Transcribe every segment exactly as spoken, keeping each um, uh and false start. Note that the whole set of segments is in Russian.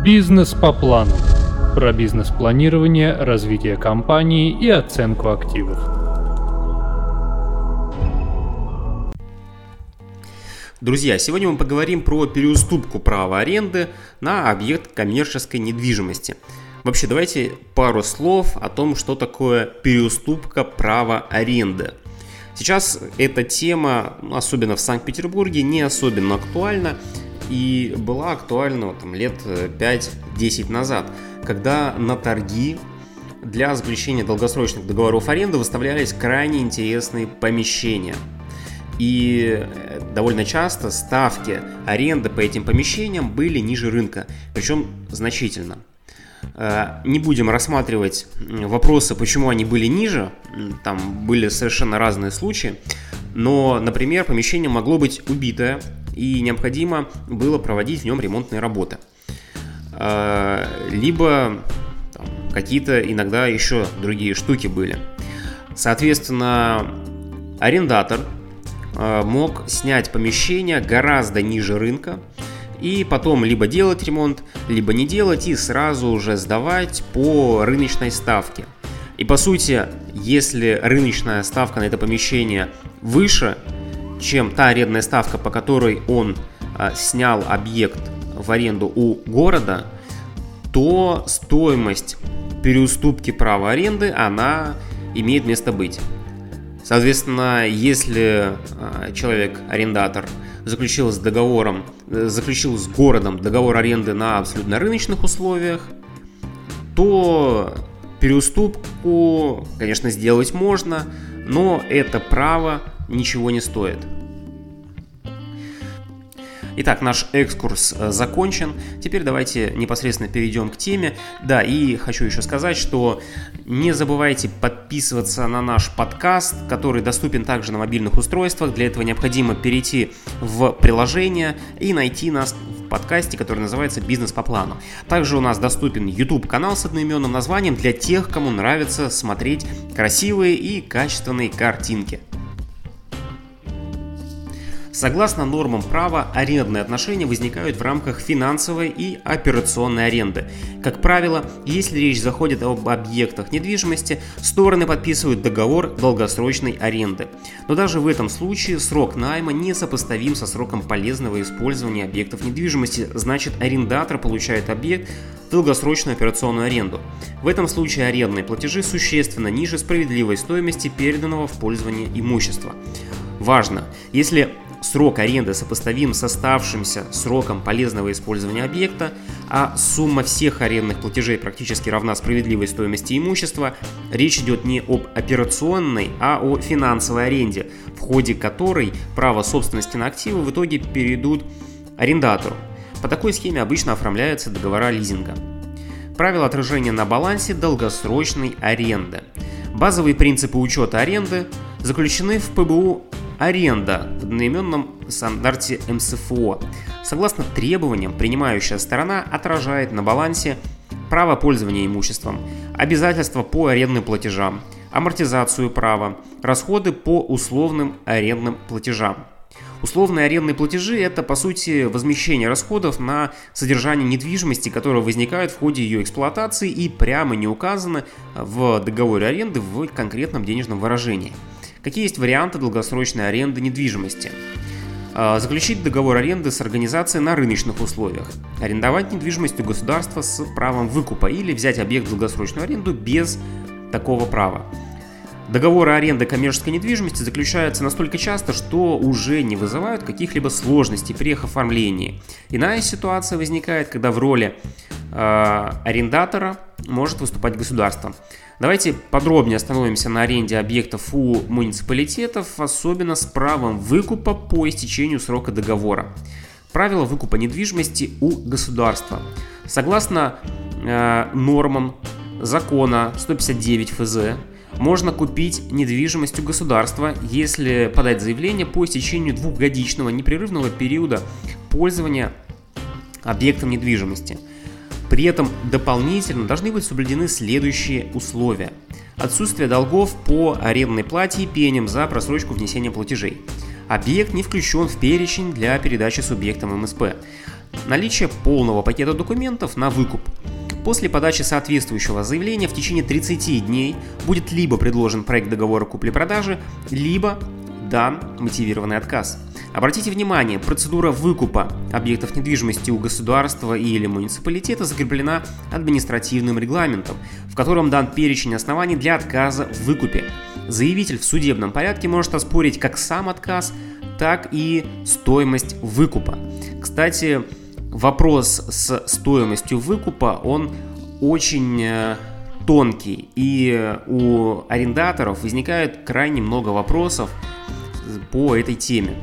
Бизнес по плану. Про бизнес-планирование, развитие компании и оценку активов. Друзья, сегодня мы поговорим про переуступку права аренды на объект коммерческой недвижимости. Вообще, давайте пару слов о том, что такое переуступка права аренды. Сейчас эта тема, особенно в Санкт-Петербурге, не особенно актуальна и была актуальна там, лет пять-десять назад, когда на торги для заключения долгосрочных договоров аренды выставлялись крайне интересные помещения. И довольно часто ставки аренды по этим помещениям были ниже рынка, причем значительно. Не будем рассматривать вопросы, почему они были ниже, там были совершенно разные случаи, но, например, помещение могло быть убитое и необходимо было проводить в нем ремонтные работы. Либо там, какие-то иногда еще другие штуки были. Соответственно, арендатор мог снять помещение гораздо ниже рынка и потом либо делать ремонт, либо не делать и сразу уже сдавать по рыночной ставке. И по сути, если рыночная ставка на это помещение выше, чем та арендная ставка, по которой он а, снял объект в аренду у города, то стоимость переуступки права аренды, она имеет место быть. Соответственно, если а, человек, арендатор, заключил с договором, заключил с городом договор аренды на абсолютно рыночных условиях, то переуступку, конечно, сделать можно, но это право ничего не стоит. Итак, наш экскурс закончен. Теперь давайте непосредственно перейдем к теме. Да, и хочу еще сказать, что не забывайте подписываться на наш подкаст, который доступен также на мобильных устройствах. Для этого необходимо перейти в приложение и найти нас в подкасте, который называется «Бизнес по плану». Также у нас доступен YouTube-канал с одноименным названием для тех, кому нравится смотреть красивые и качественные картинки. Согласно нормам права, арендные отношения возникают в рамках финансовой и операционной аренды. Как правило, если речь заходит об объектах недвижимости, стороны подписывают договор долгосрочной аренды. Но даже в этом случае срок найма не сопоставим со сроком полезного использования объектов недвижимости, значит, арендатор получает объект в долгосрочную операционную аренду. В этом случае арендные платежи существенно ниже справедливой стоимости переданного в пользование имущества. Важно, если срок аренды сопоставим с оставшимся сроком полезного использования объекта, а сумма всех арендных платежей практически равна справедливой стоимости имущества, речь идет не об операционной, а о финансовой аренде, в ходе которой право собственности на активы в итоге перейдут арендатору. По такой схеме обычно оформляются договора лизинга. Правила отражения на балансе долгосрочной аренды. Базовые принципы учета аренды заключены в ПБУ «Аренда» в одноименном стандарте эм эс эф о. Согласно требованиям, принимающая сторона отражает на балансе право пользования имуществом, обязательства по арендным платежам, амортизацию права, расходы по условным арендным платежам. Условные арендные платежи – это, по сути, возмещение расходов на содержание недвижимости, которые возникают в ходе ее эксплуатации и прямо не указаны в договоре аренды в конкретном денежном выражении. Какие есть варианты долгосрочной аренды недвижимости? Заключить договор аренды с организацией на рыночных условиях, арендовать недвижимость у государства с правом выкупа или взять объект в долгосрочную аренду без такого права. Договоры аренды коммерческой недвижимости заключаются настолько часто, что уже не вызывают каких-либо сложностей при их оформлении. Иная ситуация возникает, когда в роли э, арендатора может выступать государство. Давайте подробнее остановимся на аренде объектов у муниципалитетов, особенно с правом выкупа по истечению срока договора. Правила выкупа недвижимости у государства. Согласно э, нормам закона сто пятьдесят девять эф зэ, можно купить недвижимость у государства, если подать заявление по истечению двухгодичного непрерывного периода пользования объектом недвижимости. При этом дополнительно должны быть соблюдены следующие условия. Отсутствие долгов по арендной плате и пеням за просрочку внесения платежей. Объект не включен в перечень для передачи субъектам эм эс пэ. Наличие полного пакета документов на выкуп. После подачи соответствующего заявления в течение тридцати дней будет либо предложен проект договора купли-продажи, либо дан мотивированный отказ. Обратите внимание, процедура выкупа объектов недвижимости у государства или муниципалитета закреплена административным регламентом, в котором дан перечень оснований для отказа в выкупе. Заявитель в судебном порядке может оспорить как сам отказ, так и стоимость выкупа. Кстати, вопрос с стоимостью выкупа, он очень тонкий, и у арендаторов возникает крайне много вопросов по этой теме.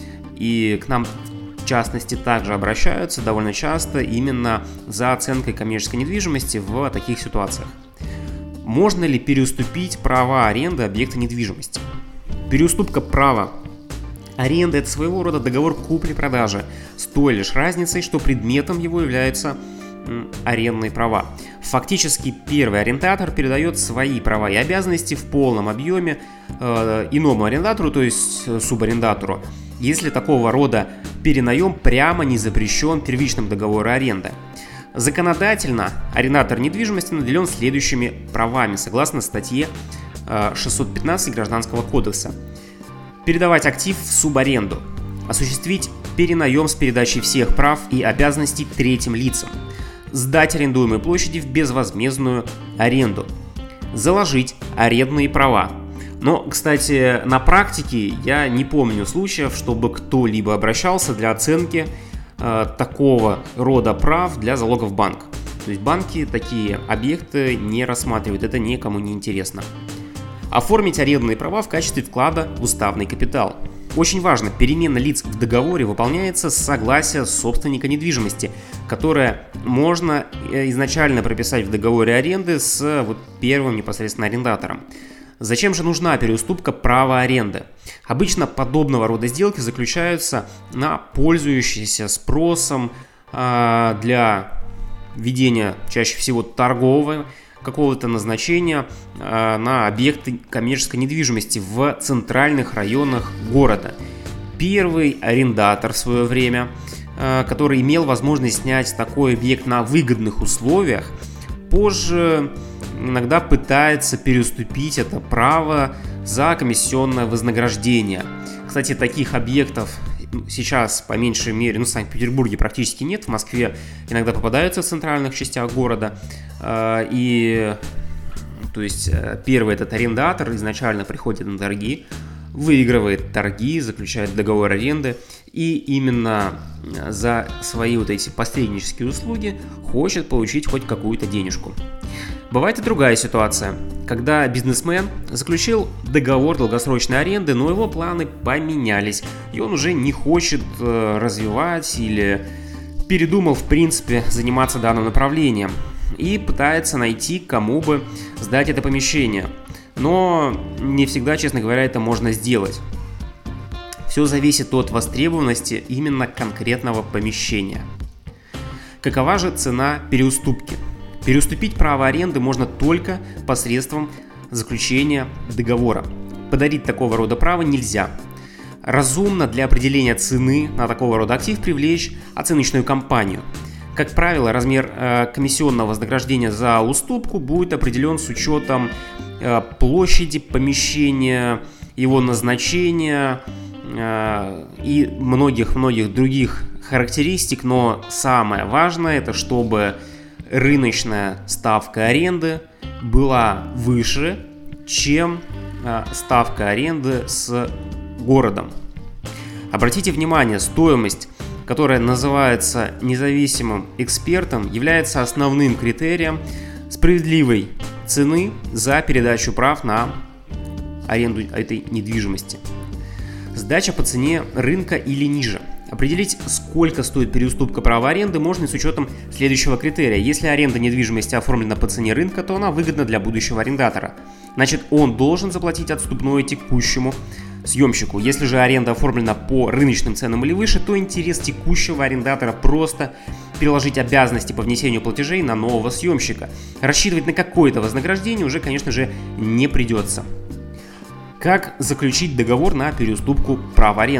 И к нам, в частности, также обращаются довольно часто именно за оценкой коммерческой недвижимости в таких ситуациях. Можно ли переуступить права аренды объекта недвижимости? Переуступка права аренды – это своего рода договор купли-продажи, с той лишь разницей, что предметом его являются м, арендные права. Фактически первый арендатор передает свои права и обязанности в полном объеме э, иному арендатору, то есть э, субарендатору, если такого рода перенаем прямо не запрещен первичным договором аренды. Законодательно арендатор недвижимости наделен следующими правами, согласно статье э, шестьсот пятнадцать Гражданского кодекса. Передавать актив в субаренду, осуществить перенаем с передачей всех прав и обязанностей третьим лицам, сдать арендуемые площади в безвозмездную аренду, заложить арендные права. Но, кстати, на практике я не помню случаев, чтобы кто-либо обращался для оценки э, такого рода прав для залога в банк. То есть банки такие объекты не рассматривают, это никому не интересно. Оформить арендные права в качестве вклада в уставный капитал. Очень важно, перемена лиц в договоре выполняется с согласия собственника недвижимости, которое можно изначально прописать в договоре аренды с вот первым непосредственно арендатором. Зачем же нужна переуступка права аренды? Обычно подобного рода сделки заключаются на пользующиеся спросом э, для ведения чаще всего торгового какого-то назначения э, на объекты коммерческой недвижимости в центральных районах города. Первый арендатор в свое время, э, который имел возможность снять такой объект на выгодных условиях, позже иногда пытается переуступить это право за комиссионное вознаграждение. Кстати, таких объектов сейчас, по меньшей мере, ну, в Санкт-Петербурге практически нет, в Москве иногда попадаются в центральных частях города. И, то есть, первый этот арендатор изначально приходит на торги, выигрывает торги, заключает договор аренды, и именно за свои вот эти посреднические услуги хочет получить хоть какую-то денежку. Бывает и другая ситуация, когда бизнесмен заключил договор долгосрочной аренды, но его планы поменялись, и он уже не хочет э, развивать или передумал в принципе заниматься данным направлением и пытается найти, кому бы сдать это помещение. Но не всегда, честно говоря, это можно сделать. Все зависит от востребованности именно конкретного помещения. Какова же цена переуступки? Переуступить право аренды можно только посредством заключения договора. Подарить такого рода право нельзя. Разумно для определения цены на такого рода актив привлечь оценочную компанию. Как правило, размер э, комиссионного вознаграждения за уступку будет определен с учетом э, площади помещения, его назначения э, и многих-многих других характеристик, но самое важное это чтобы рыночная ставка аренды была выше, чем э, ставка аренды с городом. Обратите внимание, стоимость, которая называется независимым экспертом, является основным критерием справедливой цены за передачу прав на аренду этой недвижимости. Сдача по цене рынка или ниже. Определить, сколько стоит переуступка права аренды, можно с учетом следующего критерия. Если аренда недвижимости оформлена по цене рынка, то она выгодна для будущего арендатора. Значит, он должен заплатить отступное текущему съемщику. Если же аренда оформлена по рыночным ценам или выше, то интерес текущего арендатора просто переложить обязанности по внесению платежей на нового съемщика. Рассчитывать на какое-то вознаграждение уже, конечно же, не придется. Как заключить договор на переуступку права аренды?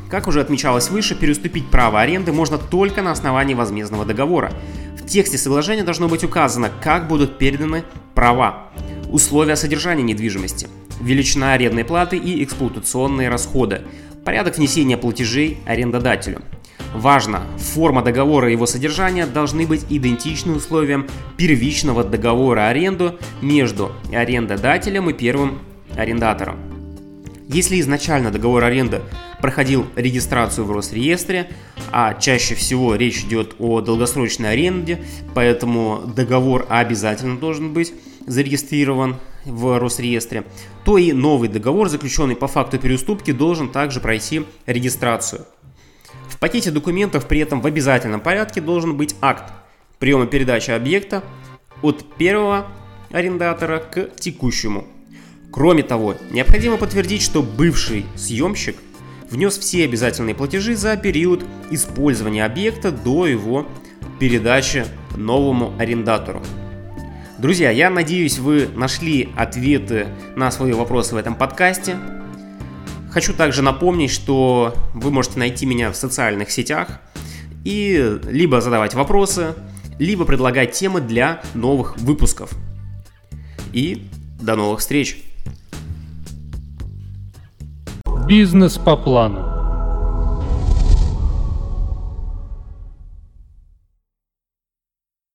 Как уже отмечалось выше, переуступить право аренды можно только на основании возмездного договора. В тексте соглашения должно быть указано, как будут переданы права, условия содержания недвижимости, величина арендной платы и эксплуатационные расходы, порядок внесения платежей арендодателю. Важно, форма договора и его содержание должны быть идентичны условиям первичного договора аренды между арендодателем и первым арендатором. Если изначально договор аренды проходил регистрацию в Росреестре, а чаще всего речь идет о долгосрочной аренде, поэтому договор обязательно должен быть зарегистрирован в Росреестре, то и новый договор, заключенный по факту переуступки, должен также пройти регистрацию. В пакете документов при этом в обязательном порядке должен быть акт приема передачи объекта от первого арендатора к текущему. Кроме того, необходимо подтвердить, что бывший съемщик внес все обязательные платежи за период использования объекта до его передачи новому арендатору. Друзья, я надеюсь, вы нашли ответы на свои вопросы в этом подкасте. Хочу также напомнить, что вы можете найти меня в социальных сетях и либо задавать вопросы, либо предлагать темы для новых выпусков. И до новых встреч! Бизнес по плану.